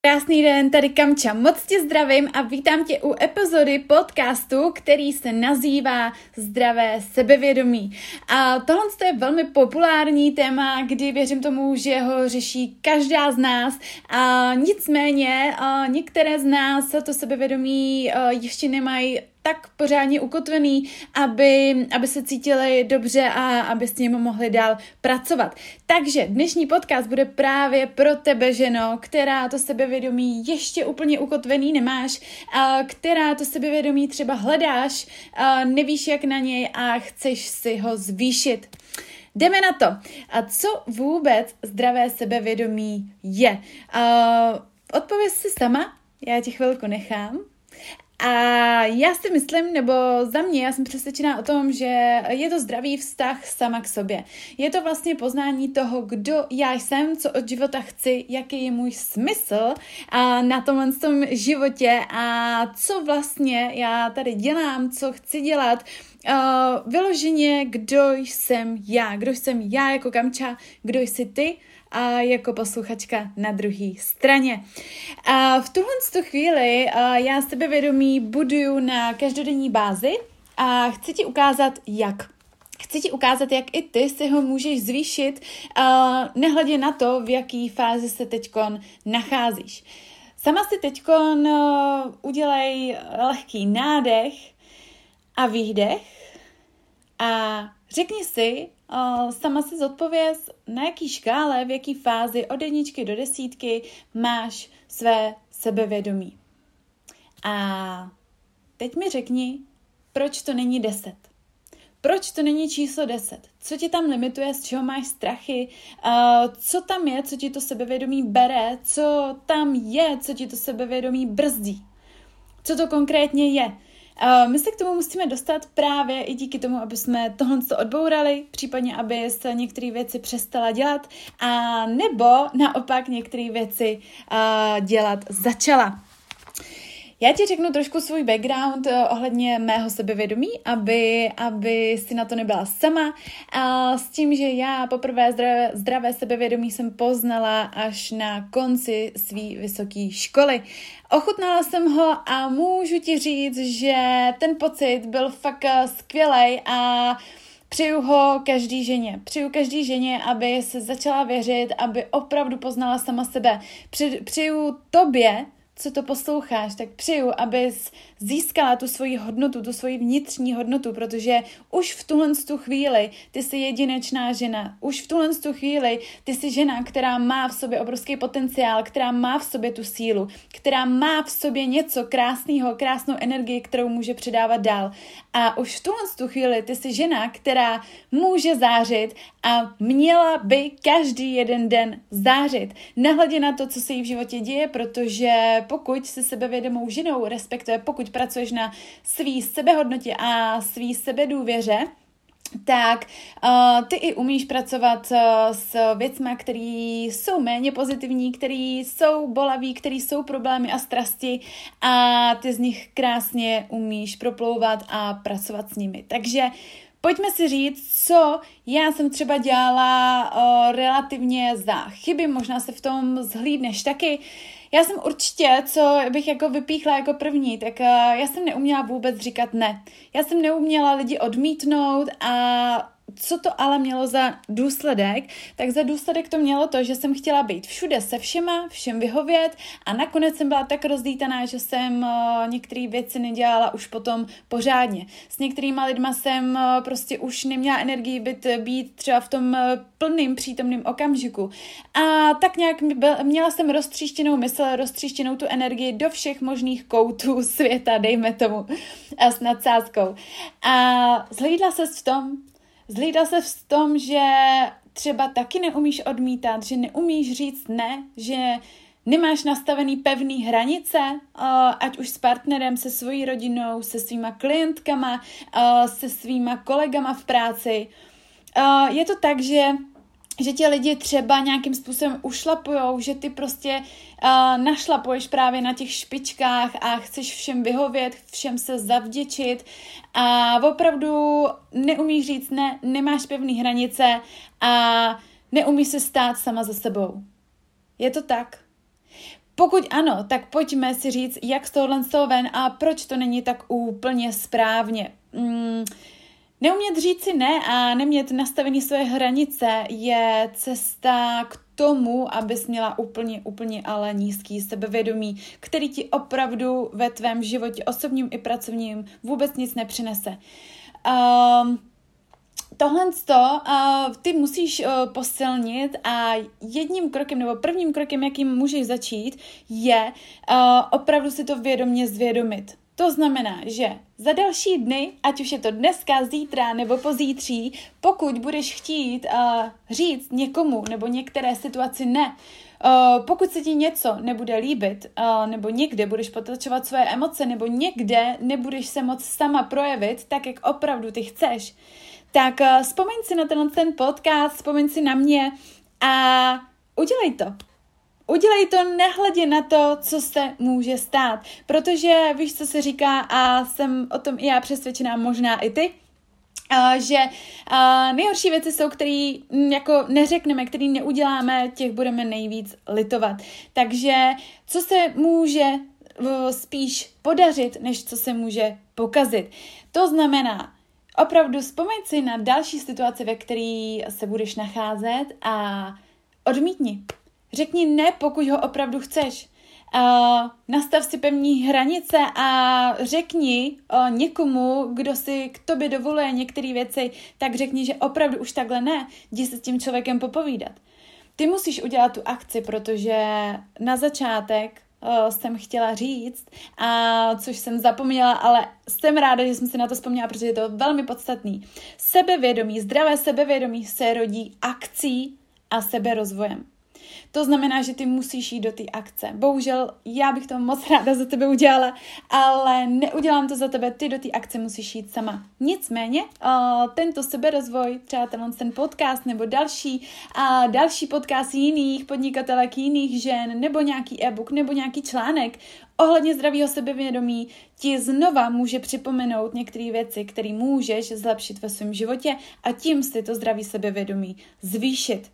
Krásný den, tady Kamča, moc tě zdravím a vítám tě u epizody podcastu, který se nazývá Zdravé sebevědomí. A tohle je velmi populární téma, kdy věřím tomu, že ho řeší každá z nás. A nicméně některé z nás to sebevědomí ještě nemají tak pořádně ukotvený, aby se cítili dobře a aby s ním mohli dál pracovat. Takže dnešní podcast bude právě pro tebe, ženo, která to sebevědomí ještě úplně ukotvený nemáš, která to sebevědomí třeba hledáš, nevíš jak na něj a chceš si ho zvýšit. Jdeme na to. A co vůbec zdravé sebevědomí je? Odpověz si sama, já ti chvilku nechám. A já si myslím, nebo za mě, já jsem přesvědčená o tom, že je to zdravý vztah sama k sobě. Je to vlastně poznání toho, kdo já jsem, co od života chci, jaký je můj smysl na tomhle životě a co vlastně já tady dělám, co chci dělat. Vyloženě, kdo jsem já jako Kamča, kdo jsi ty, a jako posluchačka na druhé straně. A v tuhle chvíli já sebevědomí buduju na každodenní bázi a chci ti ukázat, jak. Chci ti ukázat, jak i ty si ho můžeš zvýšit, nehledě na to, v jaký fázi se teďkon nacházíš. Sama si teďkon udělej lehký nádech a výdech a řekni si, sama si zodpověz, na jaký škále, v jaký fázi od 1 do 10 máš své sebevědomí. A teď mi řekni, proč to není 10. Proč to není číslo 10? Co tě tam limituje, z čeho máš strachy? Co tam je, co ti to sebevědomí bere? Co tam je, co ti to sebevědomí brzdí? Co to konkrétně je? My se k tomu musíme dostat právě i díky tomu, aby jsme tohle odbourali, případně aby se některé věci přestala dělat, a nebo naopak některé věci dělat začala. Já ti řeknu trošku svůj background ohledně mého sebevědomí, aby si na to nebyla sama. S tím, že já poprvé zdravé sebevědomí jsem poznala až na konci své vysoké školy. Ochutnala jsem ho a můžu ti říct, že ten pocit byl fakt skvělej a přeju ho každý ženě. Přeju každý ženě, aby se začala věřit, aby opravdu poznala sama sebe. Přeju tobě, co to posloucháš, tak přeju, abys získala tu svoji hodnotu, tu svoji vnitřní hodnotu, protože už v tuhle chvíli ty jsi jedinečná žena. Už v tuhle chvíli ty jsi žena, která má v sobě obrovský potenciál, která má v sobě tu sílu, která má v sobě něco krásného, krásnou energii, kterou může předávat dál. A už v tuhle chvíli ty jsi žena, která může zářit a měla by každý jeden den zářit. Nehledě na to, co se jí v životě děje, protože pokud jsi sebevědomou ženou, respektive pokud pracuješ na svý sebehodnotě a svý sebedůvěře, tak ty i umíš pracovat s věcmi, které jsou méně pozitivní, které jsou bolaví, které jsou problémy a strasti, a ty z nich krásně umíš proplouvat a pracovat s nimi. Takže pojďme si říct, co já jsem třeba dělala relativně za chyby, možná se v tom zhlídneš taky. Já jsem určitě, co bych jako vypíchla jako první, tak já jsem neuměla vůbec říkat ne. Já jsem neuměla lidi odmítnout, a co to ale mělo za důsledek? Tak za důsledek to mělo to, že jsem chtěla být všude se všema, všem vyhovět, a nakonec jsem byla tak rozdýtaná, že jsem některé věci nedělala už potom pořádně. S některýma lidma jsem prostě už neměla energii být třeba v tom plným přítomným okamžiku. A tak nějak měla jsem roztříštěnou mysl, roztříštěnou tu energii do všech možných koutů světa, dejme tomu, a s nadsázkou. A zhlídla ses v tom, že třeba taky neumíš odmítat, že neumíš říct ne, že nemáš nastavený pevný hranice, ať už s partnerem, se svojí rodinou, se svýma klientkama, se svýma kolegama v práci. Je to tak, že tě lidi třeba nějakým způsobem ušlapujou, že ty prostě našlapuješ právě na těch špičkách a chceš všem vyhovět, všem se zavděčit a opravdu neumíš říct ne, nemáš pevný hranice a neumíš se stát sama za sebou. Je to tak? Pokud ano, tak pojďme si říct, jak z tohohle ven a proč to není tak úplně správně. Neumět říct si ne a nemět nastavený své hranice je cesta k tomu, abys měla úplně ale nízký sebevědomí, který ti opravdu ve tvém životě osobním i pracovním vůbec nic nepřinese. Ty musíš posilnit a jedním krokem nebo prvním krokem, jakým můžeš začít, je opravdu si to vědomě zvědomit. To znamená, že za další dny, ať už je to dneska, zítra nebo pozítří, pokud budeš chtít říct někomu nebo některé situaci ne, pokud se ti něco nebude líbit, nebo někde budeš potlačovat své emoce, nebo někde nebudeš se moc sama projevit tak, jak opravdu ty chceš, tak vzpomeň si na ten podcast, vzpomeň si na mě a udělej to. Udělej to nehledě na to, co se může stát, protože víš, co se říká a jsem o tom i já přesvědčená, možná i ty, že nejhorší věci jsou, které jako neřekneme, které neuděláme, těch budeme nejvíc litovat. Takže co se může spíš podařit, než co se může pokazit. To znamená, opravdu vzpomeň si na další situace, ve které se budeš nacházet a odmítni. Řekni ne, pokud ho opravdu chceš. Nastav si pevní hranice a řekni někomu, kdo si k tobě dovoluje některé věci, tak řekni, že opravdu už takhle ne. Jdi se s tím člověkem popovídat. Ty musíš udělat tu akci, protože na začátek jsem chtěla říct, což jsem zapomněla, ale jsem ráda, že jsem si na to vzpomněla, protože je to velmi podstatný. Sebevědomí, zdravé sebevědomí se rodí akcí a seberozvojem. To znamená, že ty musíš jít do té akce. Bohužel, já bych to moc ráda za tebe udělala, ale neudělám to za tebe, ty do té akce musíš jít sama. Nicméně, tento seberozvoj, třeba ten podcast nebo další podcast jiných podnikatelek, jiných žen, nebo nějaký e-book, nebo nějaký článek ohledně zdravého sebevědomí ti znova může připomenout některé věci, které můžeš zlepšit ve svém životě a tím si to zdravé sebevědomí zvýšit.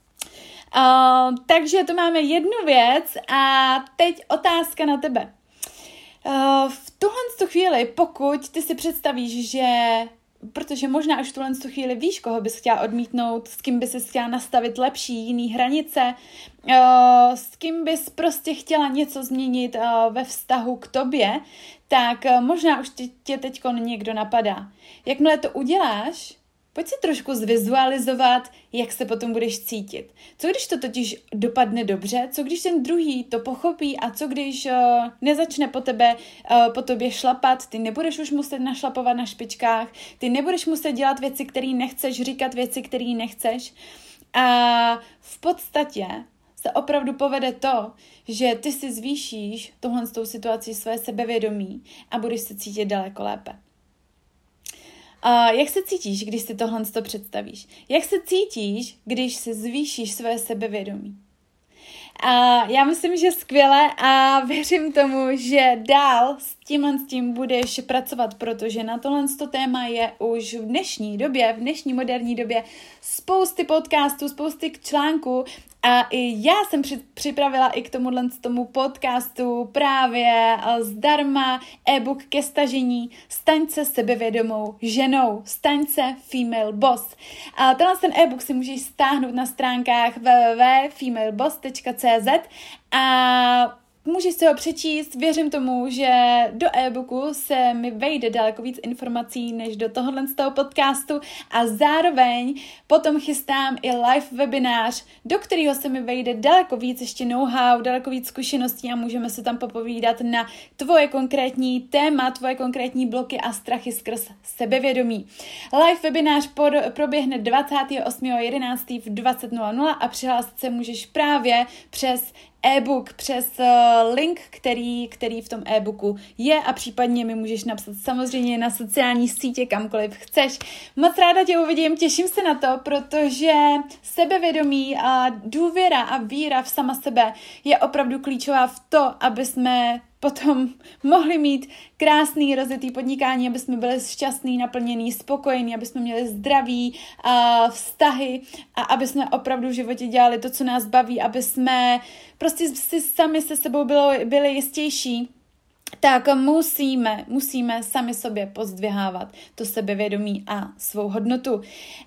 Takže to máme jednu věc a teď otázka na tebe. V tuhle chvíli, pokud ty si představíš, že protože možná už v tuhle chvíli víš, koho bys chtěla odmítnout, s kým bys chtěla nastavit lepší, jiný hranice, s kým bys prostě chtěla něco změnit ve vztahu k tobě, tak možná už tě teďko někdo napadá. Jakmile to uděláš, pojď si trošku zvizualizovat, jak se potom budeš cítit. Co když to totiž dopadne dobře? Co když ten druhý to pochopí? A co když nezačne po tobě šlapat? Ty nebudeš už muset našlapovat na špičkách. Ty nebudeš muset dělat věci, které nechceš, říkat věci, které nechceš. A v podstatě se opravdu povede to, že ty si zvýšíš tohle s tou situací své sebevědomí a budeš se cítit daleko lépe. Jak se cítíš, když si tohle představíš? Jak se cítíš, když si zvýšíš své sebevědomí? Já myslím, že skvěle a věřím tomu, že dál s tím budeš pracovat, protože na tohle téma je už v dnešní moderní době spousty podcastů, spousty článků a i já jsem připravila i k tomu podcastu právě zdarma e-book ke stažení Staň se sebevědomou ženou, staň se female boss. A ten e-book si můžeš stáhnout na stránkách www.femaleboss.cz a můžeš si ho přečíst, věřím tomu, že do e-booku se mi vejde daleko víc informací než do tohohle z toho podcastu a zároveň potom chystám i live webinář, do kterého se mi vejde daleko víc ještě know-how, daleko víc zkušeností a můžeme se tam popovídat na tvoje konkrétní téma, tvoje konkrétní bloky a strachy skrz sebevědomí. Live webinář proběhne 28.11. v 20:00 a přihlásit se můžeš právě přes e-book, přes link, který v tom e-booku je a případně mi můžeš napsat samozřejmě na sociální sítě, kamkoliv chceš. Moc ráda tě uvidím, těším se na to, protože sebevědomí a důvěra a víra v sama sebe je opravdu klíčová v to, aby jsme potom mohli mít krásný rozjetý podnikání, aby jsme byli šťastný, naplněný, spokojení, aby jsme měli zdraví, vztahy a aby jsme opravdu v životě dělali to, co nás baví, aby jsme prostě si sami se sebou byli jistější, tak musíme sami sobě pozdvihávat to sebevědomí a svou hodnotu.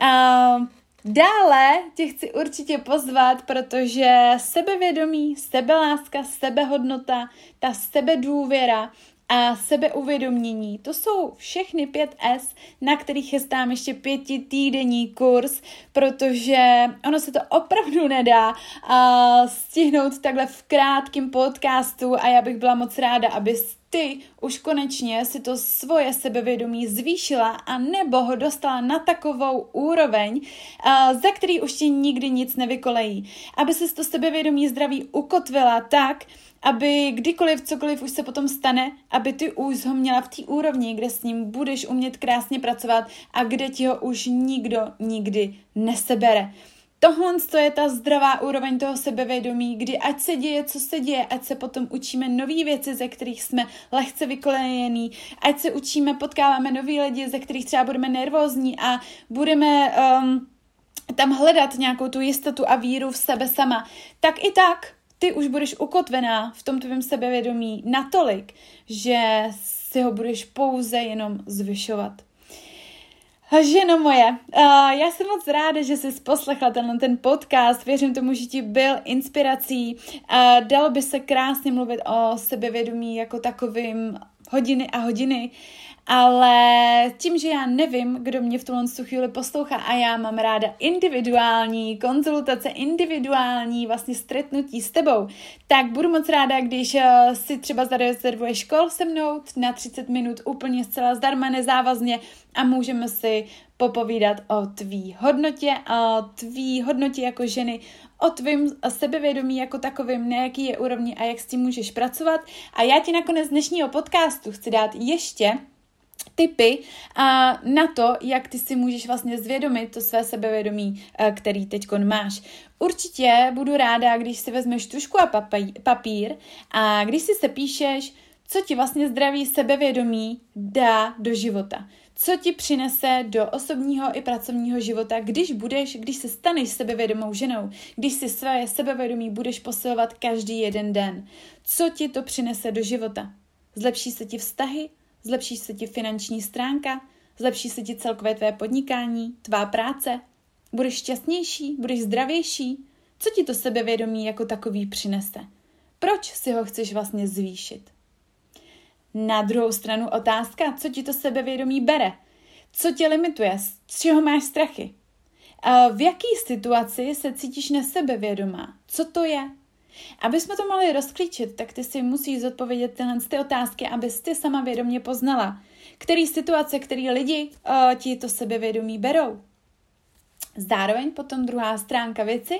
Dále tě chci určitě pozvat, protože sebevědomí, sebeláska, sebehodnota, ta sebedůvěra a sebeuvědomění, to jsou všechny 5 S, na kterých chystám ještě 5týdenní kurz, protože ono se to opravdu nedá stihnout takhle v krátkém podcastu a já bych byla moc ráda, abys ty už konečně si to svoje sebevědomí zvýšila a nebo ho dostala na takovou úroveň, za který už ti nikdy nic nevykolejí. Aby se to sebevědomí zdraví ukotvila tak, aby kdykoliv, cokoliv už se potom stane, aby ty už ho měla v té úrovni, kde s ním budeš umět krásně pracovat a kde ti ho už nikdo nikdy nesebere. Tohle je ta zdravá úroveň toho sebevědomí, kdy ať se děje, co se děje, ať se potom učíme nové věci, ze kterých jsme lehce vykolejení, ať se učíme, potkáváme nový lidi, ze kterých třeba budeme nervózní a budeme tam hledat nějakou tu jistotu a víru v sebe sama, tak i tak ty už budeš ukotvená v tom tvém sebevědomí natolik, že si ho budeš pouze jenom zvyšovat. Ženo moje, já jsem moc ráda, že jsi poslechla ten podcast, věřím tomu, že ti byl inspirací, dalo by se krásně mluvit o sebevědomí jako takovým hodiny a hodiny, ale tím, že já nevím, kdo mě v tuhle chvíli poslouchá a já mám ráda individuální konzultace, individuální vlastně stretnutí s tebou, tak budu moc ráda, když si třeba zarezervuješ call se mnou na 30 minut úplně zcela zdarma, nezávazně a můžeme si popovídat o tvý hodnotě jako ženy, o tvým sebevědomí jako takovým, na jaký je úrovni a jak s tím můžeš pracovat. A já ti nakonec dnešního podcastu chci dát ještě tipy na to, jak ty si můžeš vlastně zvědomit to své sebevědomí, který teďkon máš. Určitě budu ráda, když si vezmeš tužku a papír a když si se píšeš, co ti vlastně zdravý sebevědomí dá do života. Co ti přinese do osobního i pracovního života, když se staneš sebevědomou ženou, když si své sebevědomí budeš posilovat každý jeden den. Co ti to přinese do života? Zlepší se ti vztahy? Zlepší se ti finanční stránka? Zlepší se ti celkové tvé podnikání, tvá práce? Budeš šťastnější? Budeš zdravější? Co ti to sebevědomí jako takový přinese? Proč si ho chceš vlastně zvýšit? Na druhou stranu otázka, co ti to sebevědomí bere? Co tě limituje? Z čeho máš strachy? V jaký situaci se cítíš nesebevědomá? Co to je? Aby jsme to mohli rozklíčit, tak ty si musíš zodpovědět tyhle otázky, abys ty sama vědomě poznala, který situace, který lidi ti to sebevědomí berou. Zároveň potom druhá stránka věci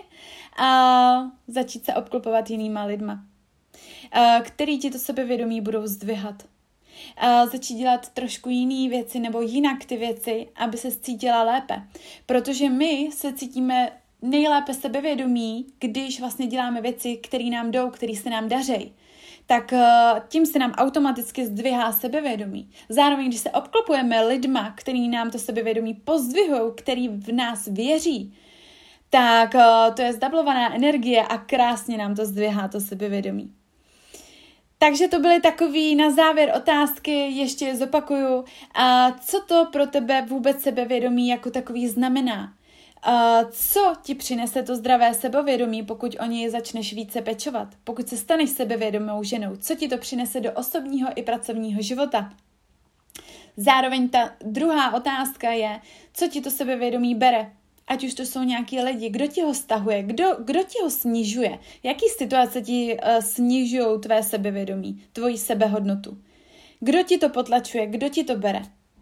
začít se obklopovat jinýma lidma, který ti to sebevědomí budou zdvihat. Začít dělat trošku jiné věci nebo jinak ty věci, aby se cítila lépe. Protože my se cítíme nejlépe sebevědomí, když vlastně děláme věci, které nám jdou, které se nám daří. Tak tím se nám automaticky zdvihá sebevědomí. Zároveň, když se obklopujeme lidma, který nám to sebevědomí pozdvihují, který v nás věří, tak to je zdablovaná energie a krásně nám to zdvihá to sebevědomí. Takže to byly takový na závěr otázky, ještě je zopakuju. Co to pro tebe vůbec sebevědomí jako takový znamená? Co ti přinese to zdravé sebevědomí, pokud o něj začneš více pečovat? Pokud se staneš sebevědomou ženou, co ti to přinese do osobního i pracovního života? Zároveň ta druhá otázka je, co ti to sebevědomí bere? Ať už to jsou nějaký lidi, kdo ti ho stahuje, kdo ti ho snižuje, jaký situace ti snižují tvé sebevědomí, tvoji sebehodnotu. Kdo ti to potlačuje, kdo ti to bere?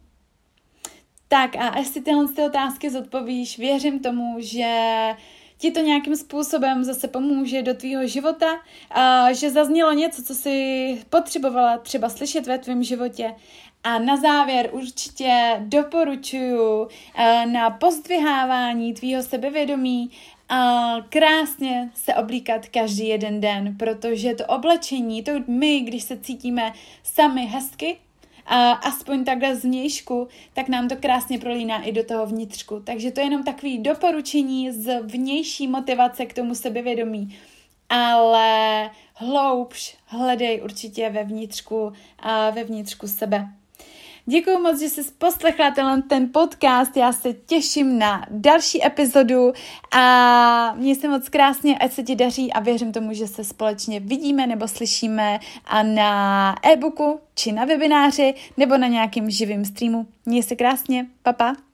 Tak a až si tyhle otázky zodpovíš, věřím tomu, že ti to nějakým způsobem zase pomůže do tvýho života, že zaznělo něco, co jsi potřebovala třeba slyšet ve tvém životě. A na závěr určitě doporučuji na pozdvihávání tvýho sebevědomí krásně se oblíkat každý jeden den, protože to oblečení, to my, když se cítíme sami hezky, aspoň takhle zvnějšku, tak nám to krásně prolíná i do toho vnitřku. Takže to je jenom takový doporučení z vnější motivace k tomu sebevědomí. Ale hloubš hledej určitě ve vnitřku sebe. Děkuji moc, že jsi poslechla ten podcast, já se těším na další epizodu a měj se moc krásně, ať se ti daří a věřím tomu, že se společně vidíme nebo slyšíme a na e-booku či na webináři nebo na nějakým živým streamu. Měj se krásně, pa pa.